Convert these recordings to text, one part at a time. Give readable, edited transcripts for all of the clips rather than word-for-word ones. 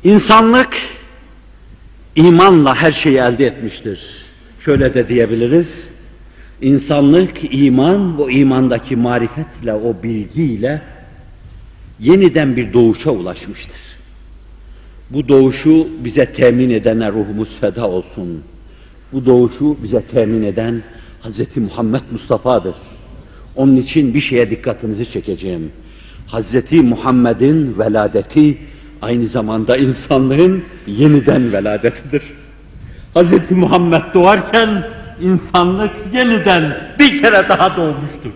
İnsanlık imanla her şeyi elde etmiştir. Şöyle de diyebiliriz. İnsanlık iman, o imandaki marifetle, o bilgiyle yeniden bir doğuşa ulaşmıştır. Bu doğuşu bize temin edene ruhumuz feda olsun. Bu doğuşu bize temin eden Hz. Muhammed Mustafa'dır. Onun için bir şeye dikkatinizi çekeceğim. Hz. Muhammed'in veladeti aynı zamanda insanlığın yeniden veladetidir. Hz. Muhammed doğarken insanlık yeniden bir kere daha doğmuştur.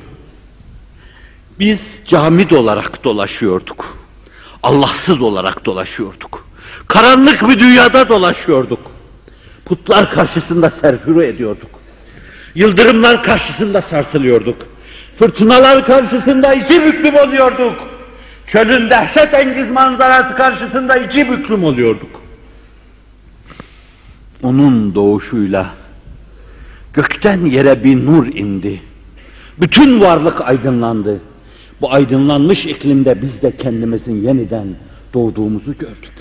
Biz camid olarak dolaşıyorduk. Allahsız olarak dolaşıyorduk. Karanlık bir dünyada dolaşıyorduk. Putlar karşısında serfuru ediyorduk. Yıldırımlar karşısında sarsılıyorduk. Fırtınalar karşısında iki büklüm oluyorduk. Çölün dehşetengiz manzarası karşısında iki büklüm oluyorduk. Onun doğuşuyla gökten yere bir nur indi. Bütün varlık aydınlandı. Bu aydınlanmış iklimde biz de kendimizin yeniden doğduğumuzu gördük.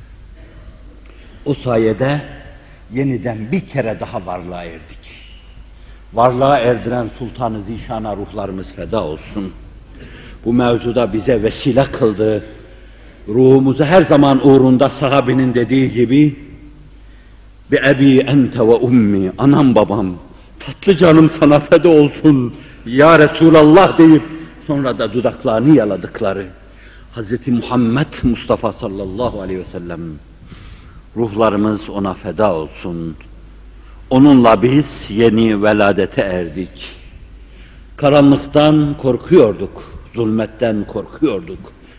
O sayede yeniden bir kere daha varlığa erdik. Varlığa erdiren Sultan-ı Zişan'a ruhlarımız feda olsun. Bu mevzuda bize vesile kıldı. Ruhumuzu her zaman uğrunda sahabinin dediği gibi bi ebi ente ve ummi, anam babam, tatlı canım sana feda olsun ya Resulallah deyip sonra da dudaklarını yaladıkları Hz. Muhammed Mustafa sallallahu aleyhi ve sellem, ruhlarımız ona feda olsun. Onunla biz yeni veladete erdik. Karanlıktan korkuyorduk, zulmetten korkuyorduk.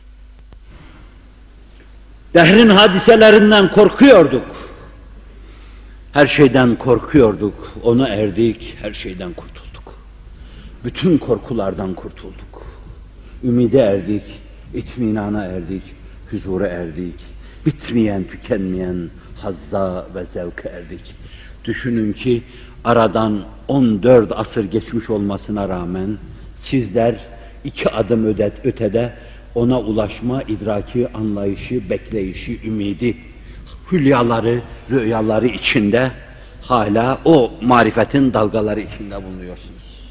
Dehrin hadiselerinden korkuyorduk. Her şeyden korkuyorduk, ona erdik, her şeyden kurtulduk. Bütün korkulardan kurtulduk. Ümide erdik, itminana erdik, huzura erdik. Bitmeyen, tükenmeyen hazza ve zevke erdik. Düşünün ki aradan 14 asır geçmiş olmasına rağmen sizler 2 adım ötede ona ulaşma idraki, anlayışı, bekleyişi, ümidi, hülyaları, rüyaları içinde hala o marifetin dalgaları içinde bulunuyorsunuz.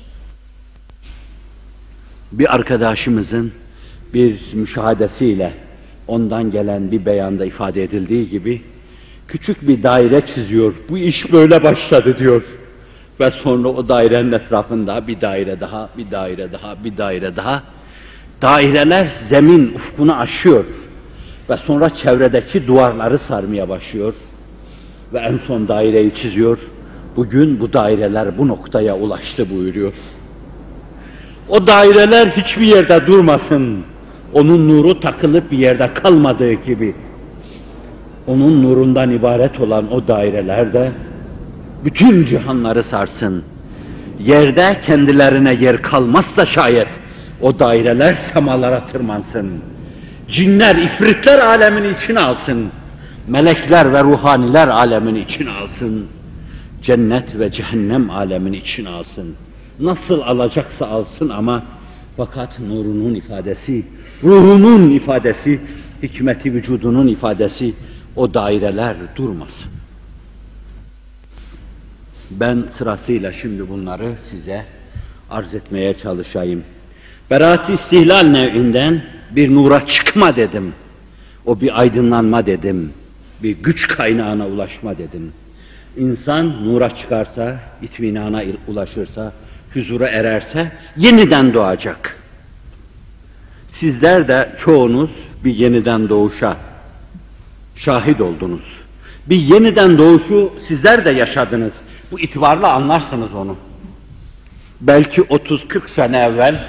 Bir arkadaşımızın bir müşahadesiyle ondan gelen bir beyanda ifade edildiği gibi küçük bir daire çiziyor. Bu iş böyle başladı diyor. Ve sonra o dairenin etrafında bir daire daha, bir daire daha, bir daire daha. Daireler zemin ufkunu aşıyor. Ve sonra çevredeki duvarları sarmaya başlıyor. Ve en son daireyi çiziyor. Bugün bu daireler bu noktaya ulaştı buyuruyor. O daireler hiçbir yerde durmasın. Onun nuru takılıp bir yerde kalmadığı gibi, onun nurundan ibaret olan o daireler de bütün cihanları sarsın. Yerde kendilerine yer kalmazsa şayet o daireler semalara tırmansın. Cinler, ifritler alemini içine alsın. Melekler ve ruhaniler alemini içine alsın. Cennet ve cehennem alemini içine alsın. Nasıl alacaksa alsın ama fakat nurunun ifadesi, ruhunun ifadesi, hikmeti vücudunun ifadesi, o daireler durmasın. Ben sırasıyla şimdi bunları size arz etmeye çalışayım. Beraat-ı istihlal nevinden bir nura çıkma dedim. O bir aydınlanma dedim. Bir güç kaynağına ulaşma dedim. İnsan nura çıkarsa, itminana ulaşırsa, huzura ererse yeniden doğacak. Sizler de çoğunuz bir yeniden doğuşa şahit oldunuz. Bir yeniden doğuşu sizler de yaşadınız. Bu itibarla anlarsınız onu. Belki 30-40 sene evvel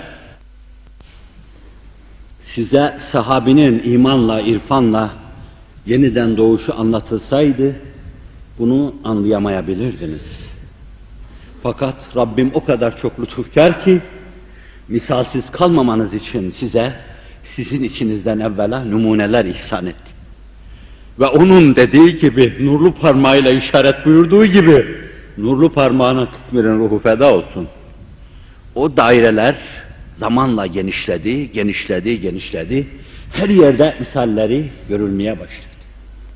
size sahabinin imanla, irfanla yeniden doğuşu anlatılsaydı bunu anlayamayabilirdiniz. Fakat Rabbim o kadar çok lütufkar ki misalsiz kalmamanız için size sizin içinizden evvela numuneler ihsan etti. Ve onun dediği gibi, nurlu parmağıyla işaret buyurduğu gibi, nurlu parmağına Kıtmir'in ruhu feda olsun. O daireler zamanla genişledi, genişledi, genişledi. Her yerde misalleri görülmeye başladı.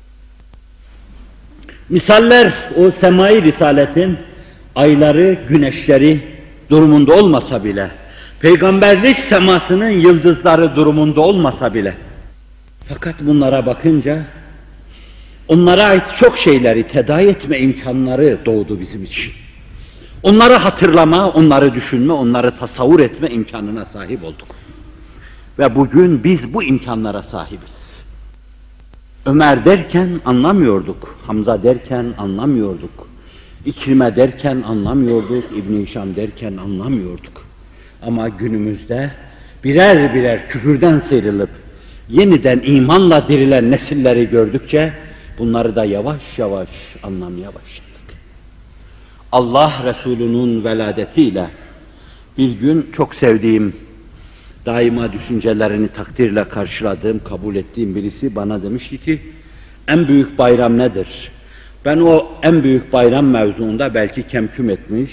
Misaller o semai risaletin ayları, güneşleri durumunda olmasa bile, peygamberlik semasının yıldızları durumunda olmasa bile, fakat bunlara bakınca onlara ait çok şeyleri tedavi etme imkanları doğdu bizim için. Onları hatırlama, onları düşünme, onları tasavvur etme imkanına sahip olduk. Ve bugün biz bu imkanlara sahibiz. Ömer derken anlamıyorduk, Hamza derken anlamıyorduk, İkrime derken anlamıyorduk, İbn-i Hişam derken anlamıyorduk. Ama günümüzde birer birer küfürden sıyrılıp yeniden imanla dirilen nesilleri gördükçe bunları da yavaş yavaş anlamaya başladık. Allah Resulü'nün veladetiyle bir gün çok sevdiğim, daima düşüncelerini takdirle karşıladığım, kabul ettiğim birisi bana demişti ki, en büyük bayram nedir? Ben o en büyük bayram mevzuunda belki kemküm etmiş,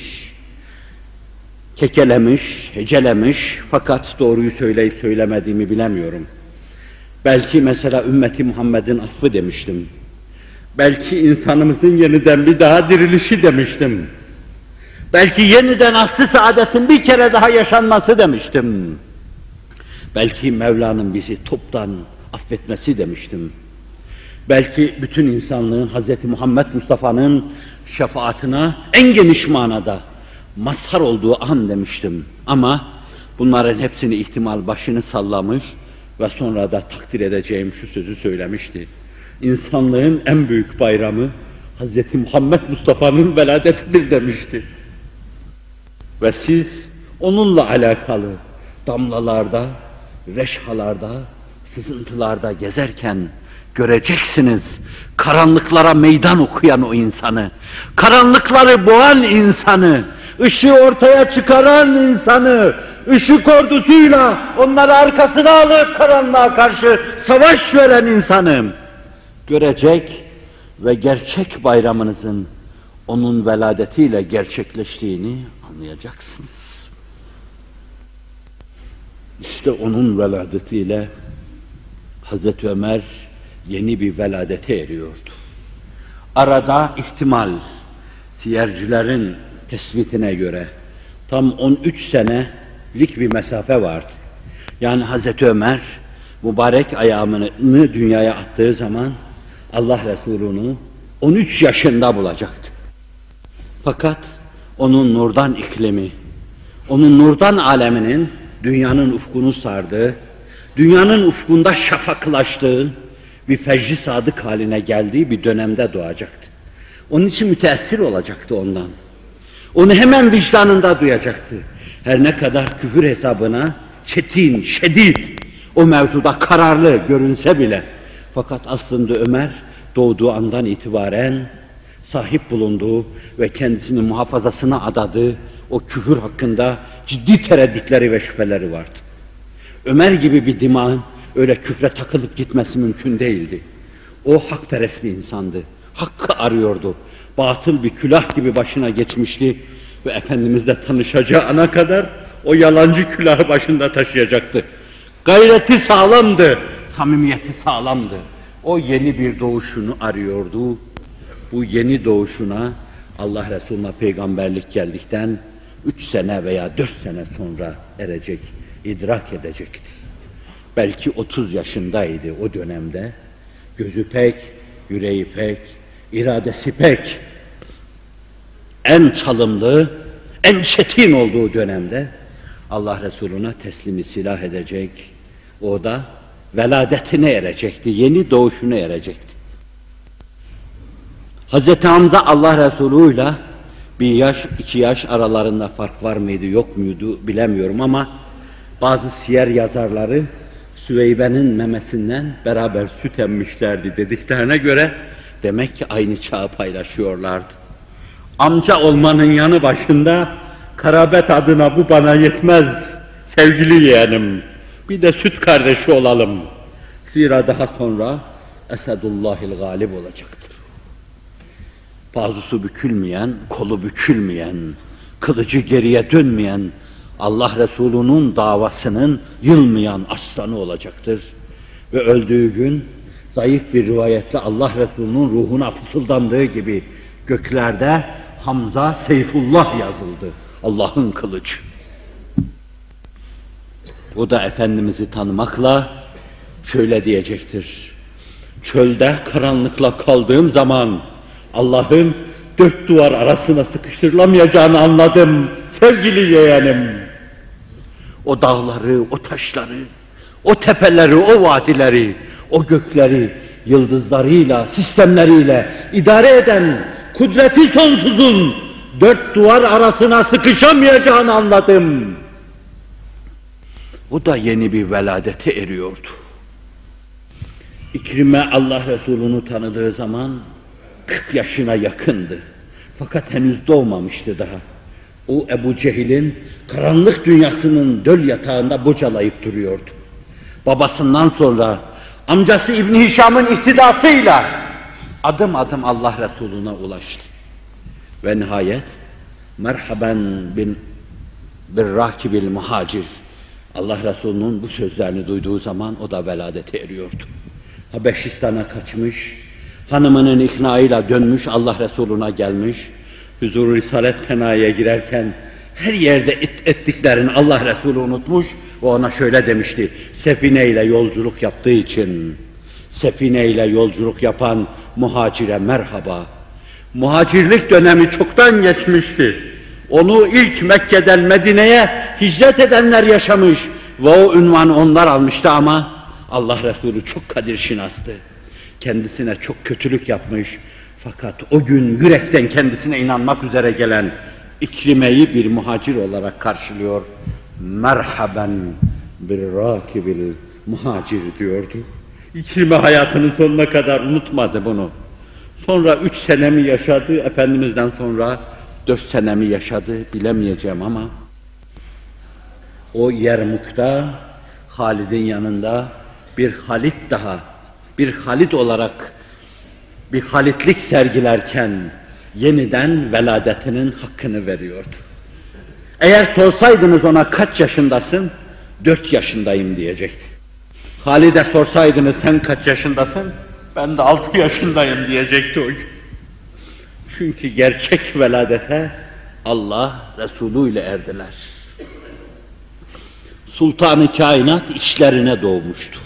kekelemiş, hecelemiş, fakat doğruyu söyleyip söylemediğimi bilemiyorum. Belki mesela ümmeti Muhammed'in affı demiştim. Belki insanımızın yeniden bir daha dirilişi demiştim. Belki yeniden asr-ı saadetin bir kere daha yaşanması demiştim. Belki Mevla'nın bizi toptan affetmesi demiştim. Belki bütün insanlığın Hz. Muhammed Mustafa'nın şefaatine en geniş manada mazhar olduğu an demiştim. Ama bunların hepsini ihtimal başını sallamış ve sonra da takdir edeceğim şu sözü söylemişti. İnsanlığın en büyük bayramı Hz. Muhammed Mustafa'nın veladetidir demişti. Ve siz onunla alakalı damlalarda, reşhalarda, sızıntılarda gezerken göreceksiniz karanlıklara meydan okuyan o insanı, karanlıkları boğan insanı, ışığı ortaya çıkaran insanı, ışık ordusuyla onları arkasına alıp karanlığa karşı savaş veren insanı görecek ve gerçek bayramınızın onun veladetiyle gerçekleştiğini anlayacaksınız. İşte onun veladetiyle Hazreti Ömer yeni bir veladete eriyordu. Arada ihtimal, siyercilerin tespitine göre tam 13 senelik bir mesafe vardı. Yani Hazreti Ömer mübarek ayağını dünyaya attığı zaman Allah Resulü'nü 13 yaşında bulacaktı. Fakat onun nurdan iklimi, onun nurdan aleminin dünyanın ufkunu sardığı, dünyanın ufkunda şafaklaştığı, bir fecri sadık haline geldiği bir dönemde doğacaktı. Onun için müteessir olacaktı ondan. Onu hemen vicdanında duyacaktı. Her ne kadar küfür hesabına çetin, şedid, o mevzuda kararlı görünse bile, fakat aslında Ömer doğduğu andan itibaren sahip bulunduğu ve kendisini muhafazasına adadığı o küfür hakkında ciddi tereddütleri ve şüpheleri vardı. Ömer gibi bir dimağın öyle küfre takılıp gitmesi mümkün değildi. O hakperest bir insandı. Hakkı arıyordu. Batıl bir külah gibi başına geçmişti ve Efendimizle tanışacağı ana kadar o yalancı külahı başında taşıyacaktı. Gayreti sağlamdı, samimiyeti sağlamdı. O yeni bir doğuşunu arıyordu. Bu yeni doğuşuna Allah Resulü'ne peygamberlik geldikten 3 sene veya 4 sene sonra erecek, idrak edecekti. Belki 30 yaşındaydı o dönemde. Gözü pek, yüreği pek, iradesi pek. En çalımlı, en çetin olduğu dönemde Allah Resulü'ne teslimi silah edecek. O da veladetine erecekti, yeni doğuşuna erecekti. Hazreti Hamza Allah Resulü'yle 1 yaş, 2 yaş aralarında fark var mıydı, yok muydu bilemiyorum ama bazı siyer yazarları Süveybe'nin memesinden beraber süt emmişlerdi dediklerine göre demek ki aynı çağı paylaşıyorlardı. Amca olmanın yanı başında karabet adına bu bana yetmez sevgili yeğenim. Bir de süt kardeşi olalım. Zira daha sonra Esedullahil galib olacaktır. Bazusu bükülmeyen, kolu bükülmeyen, kılıcı geriye dönmeyen, Allah Resulü'nün davasının yılmayan aslanı olacaktır. Ve öldüğü gün Zayıf bir rivayetle Allah Resulü'nün ruhuna fısıldandığı gibi göklerde Hamza Seyfullah yazıldı. Allah'ın kılıcı. O da Efendimiz'i tanımakla şöyle diyecektir: çölde karanlıkla kaldığım zaman Allah'ın dört duvar arasına sıkıştırılamayacağını anladım sevgili yeğenim. O dağları, o taşları, o tepeleri, o vadileri, o gökleri yıldızlarıyla, sistemleriyle idare eden kudreti sonsuzun dört duvar arasına sıkışamayacağını anladım. O da yeni bir veladete eriyordu. İkrime Allah Resulü'nü tanıdığı zaman 40 yaşına yakındı. Fakat henüz doğmamıştı daha. O Ebu Cehil'in karanlık dünyasının döl yatağında bocalayıp duruyordu. Babasından sonra amcası İbn Hişam'ın ihtidasıyla adım adım Allah Resulü'ne ulaştı. Ve nihayet merhaben bir rakibil muhacir, Allah Resulü'nün bu sözlerini duyduğu zaman o da veladete eriyordu. Habeşistan'a kaçmış, hanımının iknaıyla dönmüş, Allah Resulü'ne gelmiş, huzur-u Risalet Penayı'ya girerken her yerde ettiklerini Allah Resulü unutmuş ve ona şöyle demişti: sefineyle yolculuk yaptığı için, sefineyle yolculuk yapan muhacire merhaba. Muhacirlik dönemi çoktan geçmişti. Onu ilk Mekke'den Medine'ye hicret edenler yaşamış ve o ünvanı onlar almıştı ama Allah Resulü çok kadirşinastı. Kendisine çok kötülük yapmış. Fakat o gün yürekten kendisine inanmak üzere gelen İkrime'yi bir muhacir olarak karşılıyor. Merhaben bir rakibil muhacir diyordu. İkrime hayatının sonuna kadar unutmadı bunu. Sonra 3 senemi yaşadı, Efendimiz'den sonra 4 senemi yaşadı, bilemeyeceğim ama o Yermuk'ta Halid'in yanında bir Halit daha, bir Halit olarak bir halitlik sergilerken yeniden veladetinin hakkını veriyordu. Eğer sorsaydınız ona kaç yaşındasın, 4 yaşındayım diyecekti. Halid'e sorsaydınız sen kaç yaşındasın, ben de 6 yaşındayım diyecekti o gün. Çünkü gerçek veladete Allah Resulü ile erdiler. Sultan-ı Kainat içlerine doğmuştu.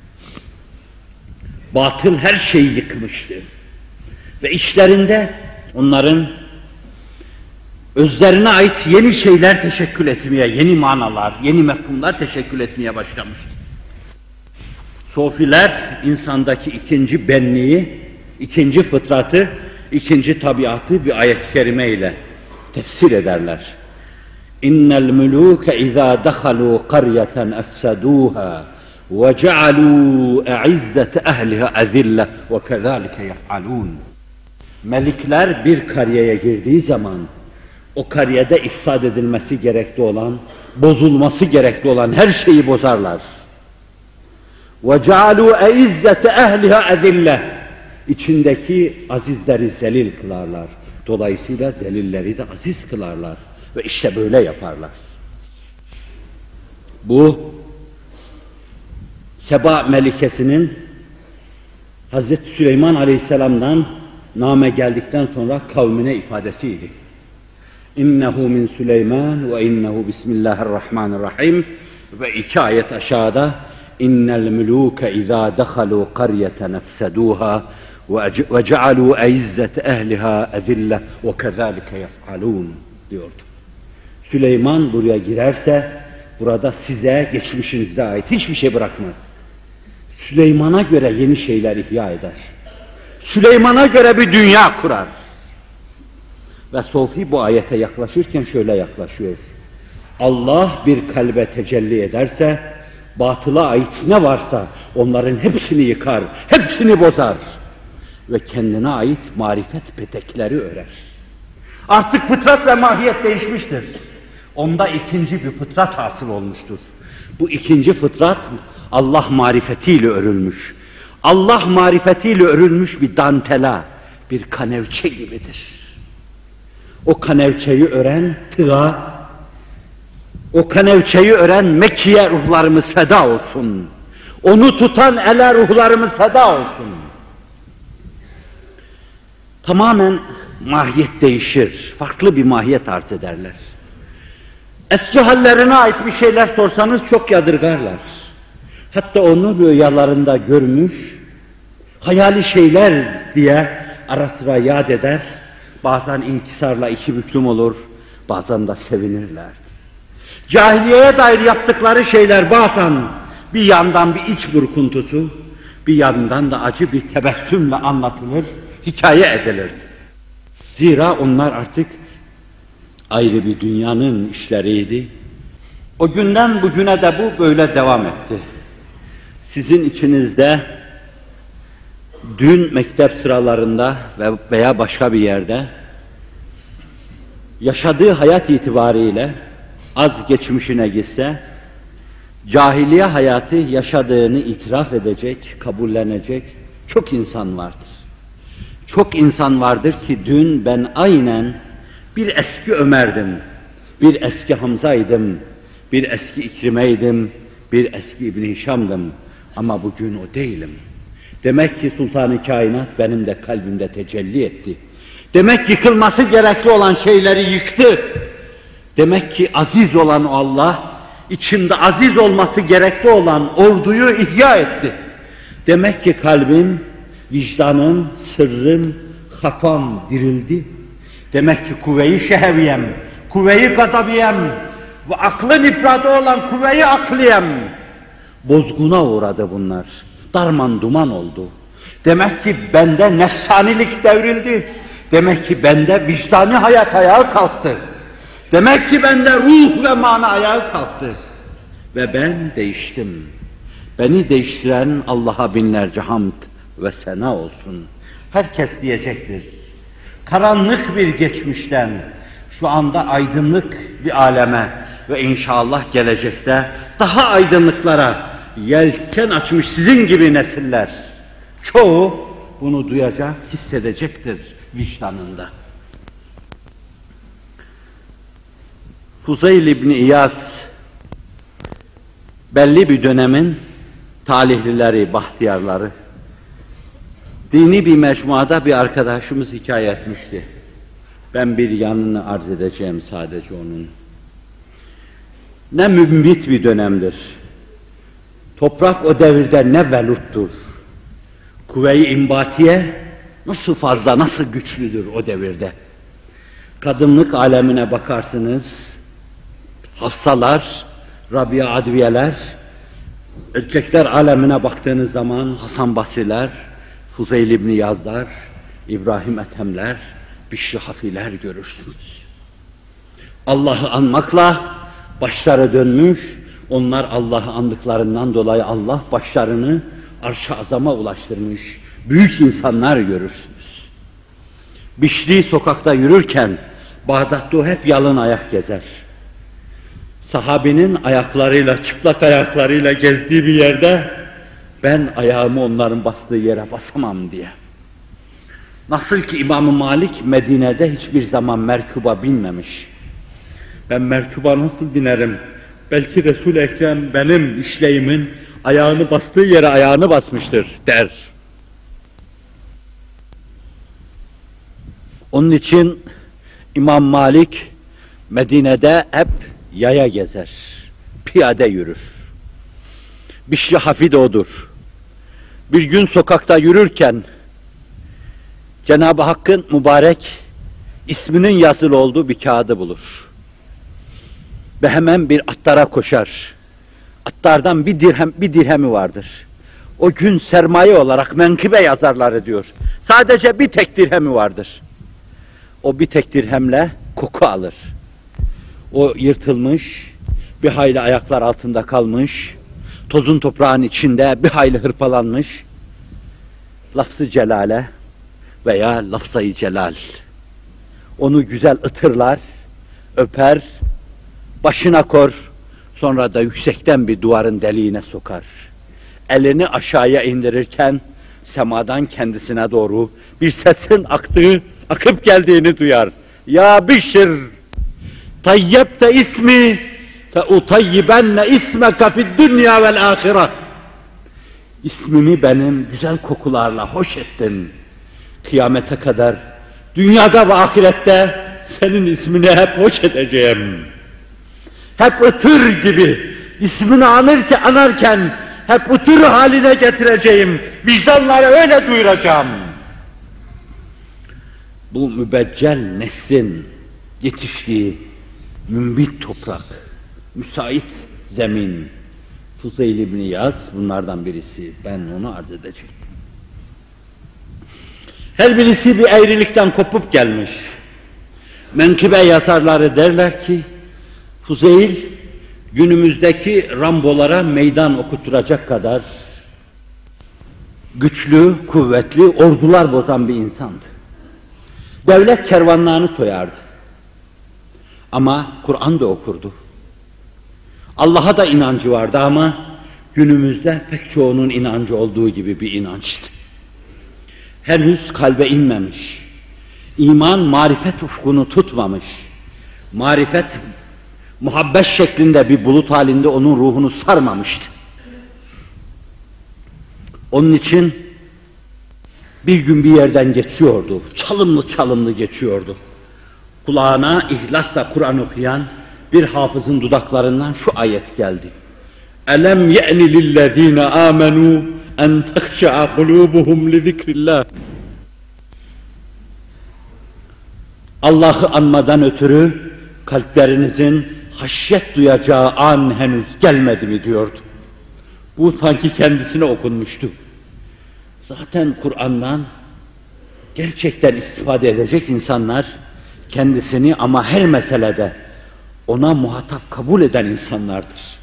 Batıl her şeyi yıkmıştı. Ve içlerinde onların özlerine ait yeni şeyler teşekkül etmeye, yeni manalar, yeni mefhumlar teşekkül etmeye başlamıştı. Sofiler insandaki ikinci benliği, ikinci fıtratı, ikinci tabiatı bir ayet-i kerime ile tefsir ederler. İnnel mülûke izâ dehalû qaryeten efsedûhâ ve cealû e'izzete ehliha ezille ve kezâlike yef'alûn. Melikler bir karyeye girdiği zaman o kariyede ifsad edilmesi gerekli olan, bozulması gerekli olan her şeyi bozarlar. وَجَعَلُوا اَعِزَّةَ اَهْلِهَا اَذِلَّةً İçindeki azizleri zelil kılarlar. Dolayısıyla zelilleri de aziz kılarlar. Ve işte böyle yaparlar. Bu Seba Melikesi'nin Hazreti Süleyman Aleyhisselam'dan name geldikten sonra kavmine ifadesiydi. İnnehu min Süleyman ve innehu bismillahirrahmanirrahim ve 2 ayet aşağıda İnnel mülûke izâ dehalû qaryeten efsedûhâ ve cealû e'izzete ehlihâ ezille ve kezâlike yef'alûn diyordu. Süleyman buraya girerse burada size geçmişinize ait hiçbir şey bırakmaz. Süleyman'a göre yeni şeyler ihya eder. Süleyman'a göre bir dünya kurar. Ve Sofi bu ayete yaklaşırken şöyle yaklaşıyor. Allah bir kalbe tecelli ederse batıla ait ne varsa onların hepsini yıkar, hepsini bozar ve kendine ait marifet petekleri örer. Artık fıtrat ve mahiyet değişmiştir. Onda ikinci bir fıtrat hasıl olmuştur. Bu ikinci fıtrat Allah marifetiyle örülmüş. Allah marifetiyle örülmüş bir dantela, bir kanevçe gibidir. O kanevçeyi ören tığa, o kanevçeyi ören Mekke'ye ruhlarımız feda olsun. Onu tutan ele ruhlarımız feda olsun. Tamamen mahiyet değişir, farklı bir mahiyet arz ederler. Eski hallerine ait bir şeyler sorsanız çok yadırgarlar. Hatta onu rüyalarında görmüş, hayali şeyler diye ara sıra yad eder, bazen inkisarla iki büklüm olur, bazen de sevinirlerdi. Cahiliyeye dair yaptıkları şeyler bazen bir yandan bir iç burkuntusu, bir yandan da acı bir tebessümle anlatılır, hikaye edilirdi. Zira onlar artık ayrı bir dünyanın işleriydi. O günden bugüne de bu böyle devam etti. Sizin içinizde dün mektep sıralarında veya başka bir yerde yaşadığı hayat itibariyle az geçmişine gitse, cahiliye hayatı yaşadığını itiraf edecek, kabullenecek çok insan vardır. Çok insan vardır ki dün ben aynen bir eski Ömer'dim, bir eski Hamza'ydım, bir eski İkrime'ydim, bir eski İbn Hişam'dım ama bugün o değilim. Demek ki Sultan-ı Kainat benim de kalbimde tecelli etti. Demek yıkılması gerekli olan şeyleri yıktı. Demek ki aziz olan o Allah, içimde aziz olması gerekli olan orduyu ihya etti. Demek ki kalbim, vicdanım, sırrım, kafam dirildi. Demek ki kuvve-i şeheviyem, kuvve-i gadabiyem ve aklın ifradı olan kuvve-i akliyem bozguna uğradı bunlar. Darman duman oldu. Demek ki bende nefsanilik devrildi. Demek ki bende vicdani hayat ayağa kalktı. Demek ki bende ruh ve mana ayağa kalktı. Ve ben değiştim. Beni değiştiren Allah'a binlerce hamd ve sena olsun. Herkes diyecektir. Karanlık bir geçmişten şu anda aydınlık bir aleme ve inşallah gelecekte daha aydınlıklara yelken açmış sizin gibi nesiller. Çoğu bunu duyacak, hissedecektir vicdanında. Fuzeyl İbni İyaz belli bir dönemin talihlileri, bahtiyarları, dini bir mecmuada bir arkadaşımız hikaye etmişti. Ben bir yanını arz edeceğim sadece onun. Ne mümbit bir dönemdir. Toprak o devirde ne veluttur. Kuvve-i imbatiye nasıl fazla, nasıl güçlüdür o devirde. Kadınlık alemine bakarsınız, Hafsalar, Rabia Adviyeler, erkekler alemine baktığınız zaman Hasan Basriler, Fuzeyl İbni Yazlar, İbrahim Ethemler, Bişri Hafiler görürsünüz. Allah'ı anmakla başları dönmüş, onlar Allah'ı andıklarından dolayı Allah başlarını arş-ı azama ulaştırmış. Büyük insanlar görürsünüz. Bişri sokakta yürürken Bağdat'ta o hep yalın ayak gezer. Sahabinin ayaklarıyla, çıplak ayaklarıyla gezdiği bir yerde ben ayağımı onların bastığı yere basamam diye. Nasıl ki İmam-ı Malik Medine'de hiçbir zaman merkuba binmemiş. Ben merkuba nasıl binerim? Belki Resul-i Ekrem benim işleyimin ayağını bastığı yere ayağını basmıştır der. Onun için İmam Malik Medine'de hep yaya gezer, piyade yürür. Bişri Hafi de odur. Bir gün sokakta yürürken Cenab-ı Hakk'ın mübarek isminin yazılı olduğu bir kağıdı bulur. Ve hemen bir attara koşar. Attardan bir dirhemi vardır. O gün sermaye olarak menkıbe yazarlar diyor. Sadece bir tek dirhemi vardır. O bir tek dirhemle koku alır. O yırtılmış, bir hayli ayaklar altında kalmış, tozun toprağın içinde bir hayli hırpalanmış, lafz-ı celale veya lafz-ı celal. Onu güzel ıtırlar, öper, başına kor, sonra da yüksekten bir duvarın deliğine sokar. Elini aşağıya indirirken semadan kendisine doğru bir sesin akıp geldiğini duyar. Ya Bişr, tayyebte ismi fe utayyibenne ismeke fid dünya vel ahire. İsmimi benim güzel kokularla hoş ettin. Kıyamete kadar dünyada ve ahirette senin ismini hep hoş edeceğim. Hep ıtır gibi ismini anarken hep ıtır haline getireceğim. Vicdanlara öyle duyuracağım. Bu mübeccel neslin yetiştiği mümbit toprak, müsait zemin. Fuzeyl İbni Yaz bunlardan birisi. Ben onu arz edeceğim. Her birisi bir eğrilikten kopup gelmiş. Menkıbe yazarları derler ki, Fuzeyl günümüzdeki Rambolara meydan okutturacak kadar güçlü, kuvvetli, ordular bozan bir insandı. Devlet kervanlarını soyardı. Ama Kur'an da okurdu. Allah'a da inancı vardı ama günümüzde pek çoğunun inancı olduğu gibi bir inançtı. Henüz kalbe inmemiş. İman marifet ufkunu tutmamış. Marifet muhabbet şeklinde bir bulut halinde onun ruhunu sarmamıştı. Onun için bir gün bir yerden geçiyordu. Çalımlı çalımlı geçiyordu. Kulağına ihlasla Kur'an okuyan bir hafızın dudaklarından şu ayet geldi. Elem ye'ni lillezine amenu en tehşe'a kulubuhum li zikrillah. Allah'ı anmadan ötürü kalplerinizin haşyet duyacağı an henüz gelmedi mi diyordu. Bu sanki kendisine okunmuştu. Zaten Kur'an'dan gerçekten istifade edecek insanlar kendisini ama her meselede ona muhatap kabul eden insanlardır.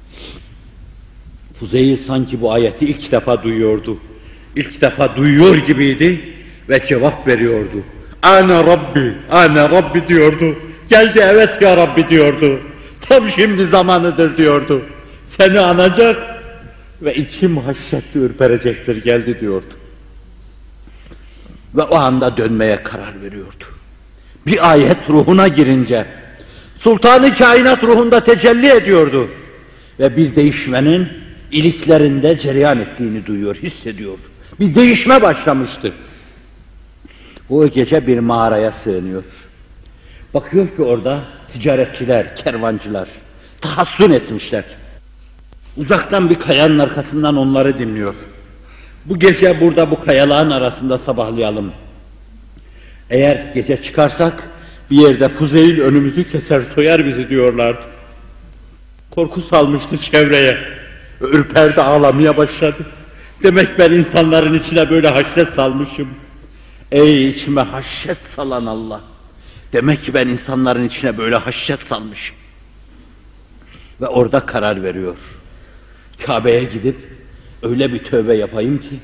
Fuzeyl sanki bu ayeti ilk defa duyuyordu. İlk defa duyuyor gibiydi ve cevap veriyordu. Ana Rabbi, ana Rabbi diyordu. Geldi evet ya Rabbi diyordu. Tam şimdi zamanıdır diyordu. Seni anacak ve içim haşyetle ürperecektir geldi diyordu. Ve o anda dönmeye karar veriyordu. Bir ayet ruhuna girince Sultan-ı Kainat ruhunda tecelli ediyordu ve bir değişmenin iliklerinde cereyan ettiğini duyuyor, hissediyordu. Bir değişme başlamıştı. O gece bir mağaraya sığınıyor. Bakıyor ki orada ticaretçiler, kervancılar tahassün etmişler. Uzaktan bir kayanın arkasından onları dinliyor. Bu gece burada bu kayaların arasında sabahlayalım. Eğer gece çıkarsak bir yerde Fuzeyl önümüzü keser soyar bizi diyorlardı. Korku salmıştı çevreye. Ürperdi, ağlamaya başladı. Demek ben insanların içine böyle haşyet salmışım. Ey içime haşyet salan Allah. Demek ki ben insanların içine böyle haşyet salmışım. Ve orada karar veriyor. Kabe'ye gidip öyle bir tövbe yapayım ki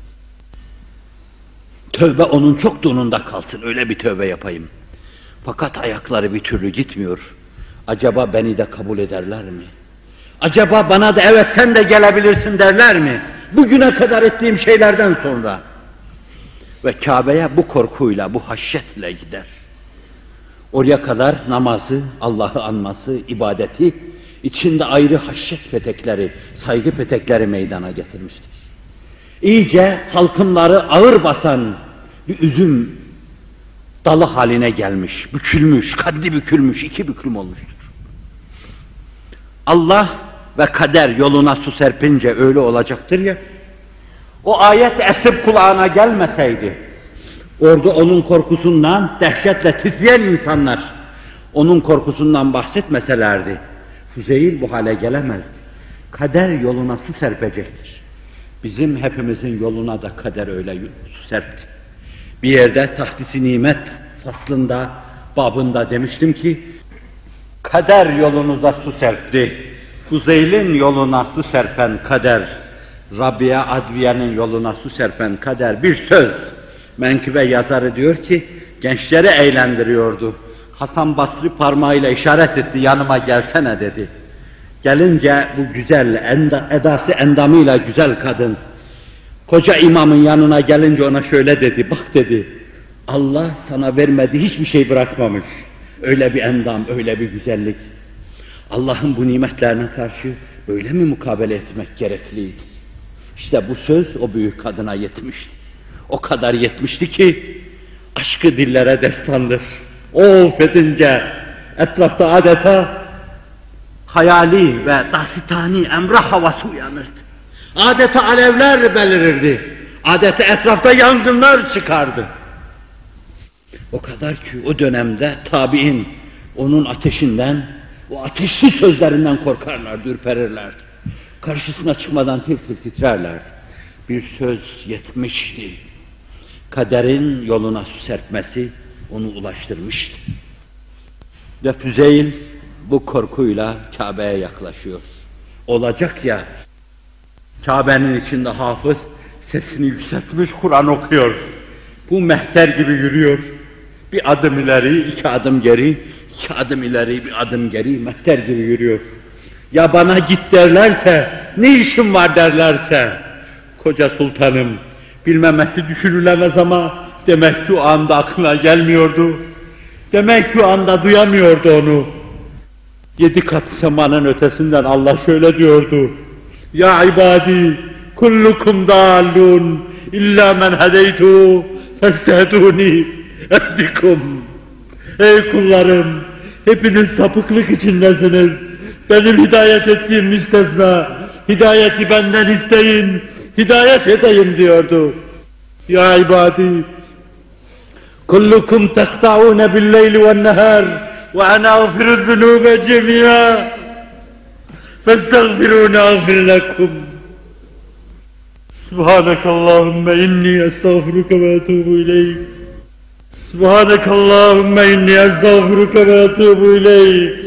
tövbe onun çok donunda kalsın, öyle bir tövbe yapayım. Fakat ayakları bir türlü gitmiyor. Acaba beni de kabul ederler mi? Acaba bana da evet sen de gelebilirsin derler mi? Bugüne kadar ettiğim şeylerden sonra. Ve Kabe'ye bu korkuyla, bu haşyetle gider. Oraya kadar namazı, Allah'ı anması, ibadeti, içinde ayrı haşyet petekleri, saygı petekleri meydana getirmiştir. İyice salkımları ağır basan bir üzüm dalı haline gelmiş, bükülmüş, kaddi bükülmüş, iki büklüm olmuştur. Allah ve kader yoluna su serpince öyle olacaktır ya, o ayet esip kulağına gelmeseydi, orada onun korkusundan dehşetle titreyen insanlar, onun korkusundan bahsetmeselerdi, Fuzeyl bu hale gelemezdi. Kader yoluna su serpecektir. Bizim hepimizin yoluna da kader öyle su serpti. Bir yerde tahdis-i nimet faslında, babında demiştim ki, kader yolunuza su serpti. Fuzeyl'in yoluna su serpen kader, Rabia Adviye'nin yoluna su serpen kader. Bir söz, menkıbe yazarı diyor ki, gençleri eğlendiriyordu. Hasan Basri parmağıyla işaret etti, yanıma gelsene dedi. Gelince bu güzel, edası endamıyla güzel kadın, koca imamın yanına gelince ona şöyle dedi, bak dedi, Allah sana vermediği hiçbir şey bırakmamış. Öyle bir endam, öyle bir güzellik. Allah'ın bu nimetlerine karşı böyle mi mukabele etmek gerekliydi? İşte bu söz o büyük kadına yetmişti. O kadar yetmişti ki aşkı dillere destandır. O fedince etrafta adeta hayali ve dasitani emrah havası uyanırdı. Adeta alevler belirirdi. Adeta etrafta yangınlar çıkardı. O kadar ki o dönemde tabi'in onun ateşinden, o ateşli sözlerinden korkarlardı, ürperirlerdi. Karşısına çıkmadan tir tir titrerlerdi. Bir söz yetmişti. Kaderin yoluna su serpmesi onu ulaştırmıştı. Ve Füzeyl bu korkuyla Kabe'ye yaklaşıyor. Olacak ya, Kabe'nin içinde hafız sesini yükseltmiş Kur'an okuyor. Bu mehter gibi yürüyor. Bir adım ileri, iki adım geri, iki adım ileri, bir adım geri, mehter gibi yürüyor. Ya bana git derlerse, ne işim var derlerse, koca sultanım, bilmemesi düşünülemez ama demek ki o anda aklına gelmiyordu. Demek ki o anda duyamıyordu onu. 7 kat semanın ötesinden Allah şöyle diyordu. Ya ibadi, kullukum dallun, illa men hedeytu, festehduni, ehdikum. Ey kullarım, hepiniz sapıklık içindesiniz. Benim hidayet ettiğim müstesna, hidayeti benden isteyin, hidayet edeyim diyordu. Ya ibadi, kullukum tekta'une billeyli ve nehar ve ana agfiru zunube cemi'a festagfiruni agfir lekum. Subhanakallahümme inni estağfiruke ve etubu ileyk. Subhanakallahümme inni estağfiruke ve etubu ileyk.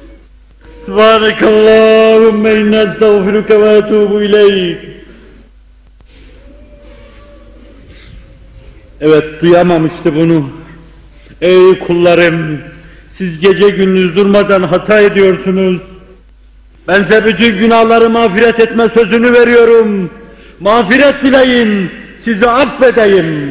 Subhanakallahümme inni estağfiruke ve etubu ileyk. Evet, duyamamıştı bunu. Ey kullarım, siz gece gündüz durmadan hata ediyorsunuz. Ben size bütün günahları mağfiret etme sözünü veriyorum. Mağfiret dileyin, sizi affedeyim.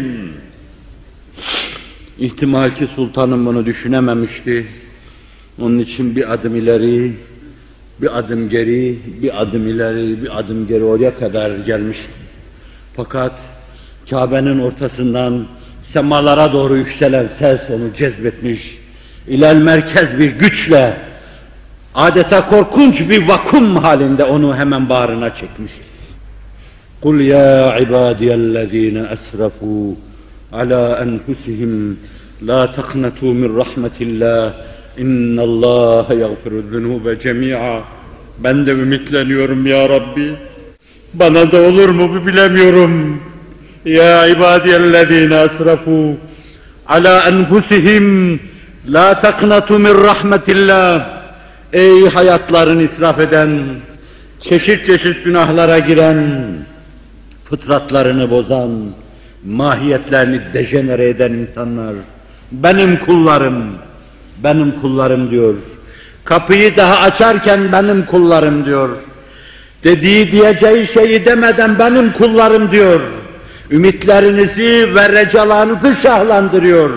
İhtimal ki sultanım bunu düşünememişti. Onun için bir adım ileri, bir adım geri, bir adım ileri, bir adım geri oraya kadar gelmişti. Fakat Kabe'nin ortasından semalara doğru yükselen ses onu cezbetmiş. İlel merkez bir güçle, adeta korkunç bir vakum halinde onu hemen bağrına çekmiş. قُلْ يَا عِبَادِيَ الَّذ۪ينَ أَسْرَفُوا عَلَى أَنْفُسِهِمْ لَا تَقْنَتُوا مِنْ رَحْمَةِ اللّٰهِ اِنَّ اللّٰهَ يَغْفِرُ الذُّنُوبَ جَمِيعًا. Ben de ümitleniyorum ya Rabbi. Bana da olur mu bu bilemiyorum. Ya ibadiyellezine asrafu ala enfusihim la taqnatu min rahmetillah. Ey hayatlarını israf eden, çeşit çeşit günahlara giren, fıtratlarını bozan, mahiyetlerini dejenere eden insanlar, benim kullarım diyor. Kapıyı daha açarken benim kullarım diyor. Dediği diyeceği şeyi demeden benim kullarım diyor. Ümitlerinizi ve recalarınızı şahlandırıyor.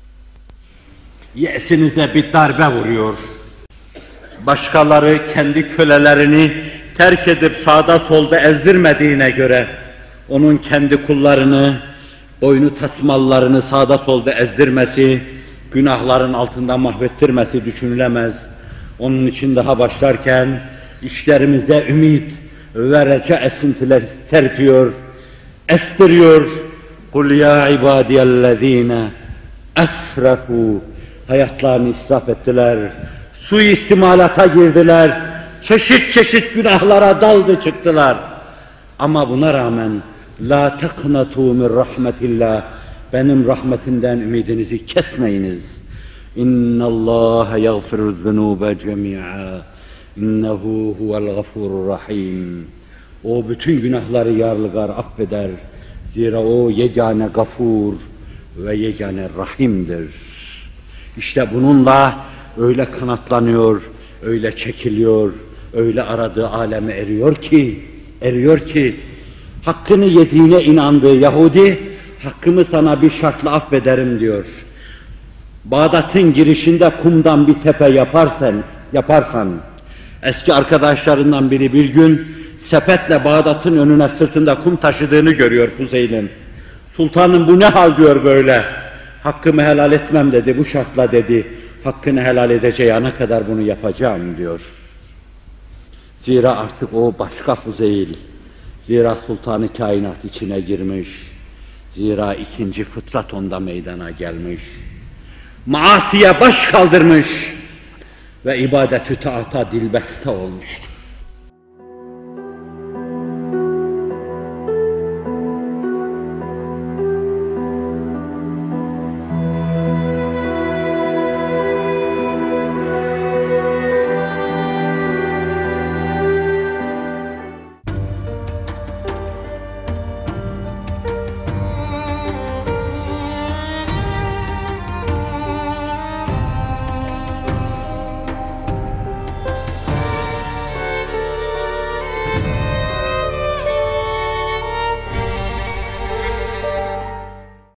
Yesinize bir darbe vuruyor. Başkaları kendi kölelerini terk edip sağda solda ezdirmediğine göre onun kendi kullarını, boynu tasmallarını sağda solda ezdirmesi, günahların altında mahvettirmesi düşünülemez. Onun için daha başlarken işlerimize ümit ve reca esintiler serpiyor, estiriyor. قُلْ يَا عِبَادِيَ الَّذ۪ينَ أَسْرَفُوا. Hayatlarını israf ettiler, suistimalata girdiler, çeşit çeşit günahlara daldı çıktılar. Ama buna rağmen لَا تَقْنَتُوا مِنْ رَحْمَةِ اللّٰهِ. Benim rahmetimden ümidinizi kesmeyiniz. اِنَّ اللّٰهَ يَغْفِرُ الذُّنُوبَ جَمِيعًا اِنَّهُ هُوَ الْغَفُورُ الرَّحِيمُ. O bütün günahları yarlıgar, affeder. Zira o yegane gafur ve yegane rahimdir. İşte bununla öyle kanatlanıyor, öyle çekiliyor, öyle aradığı aleme eriyor ki, hakkını yediğine inandığı Yahudi, hakkımı sana bir şartla affederim diyor. Bağdat'ın girişinde kumdan bir tepe yaparsan, eski arkadaşlarından biri bir gün sepetle Bağdat'ın önüne sırtında kum taşıdığını görüyor Fuzeyl'in. Sultanım bu ne hal diyor böyle. Hakkımı helal etmem dedi, bu şartla dedi. Hakkını helal edeceği ana kadar bunu yapacağım diyor. Zira artık o başka Fuzeyl. Zira sultanı kainat içine girmiş. Zira ikinci fıtrat onda meydana gelmiş. Maasiye baş kaldırmış ve ibadet-ü taata dilbeste olmuştur.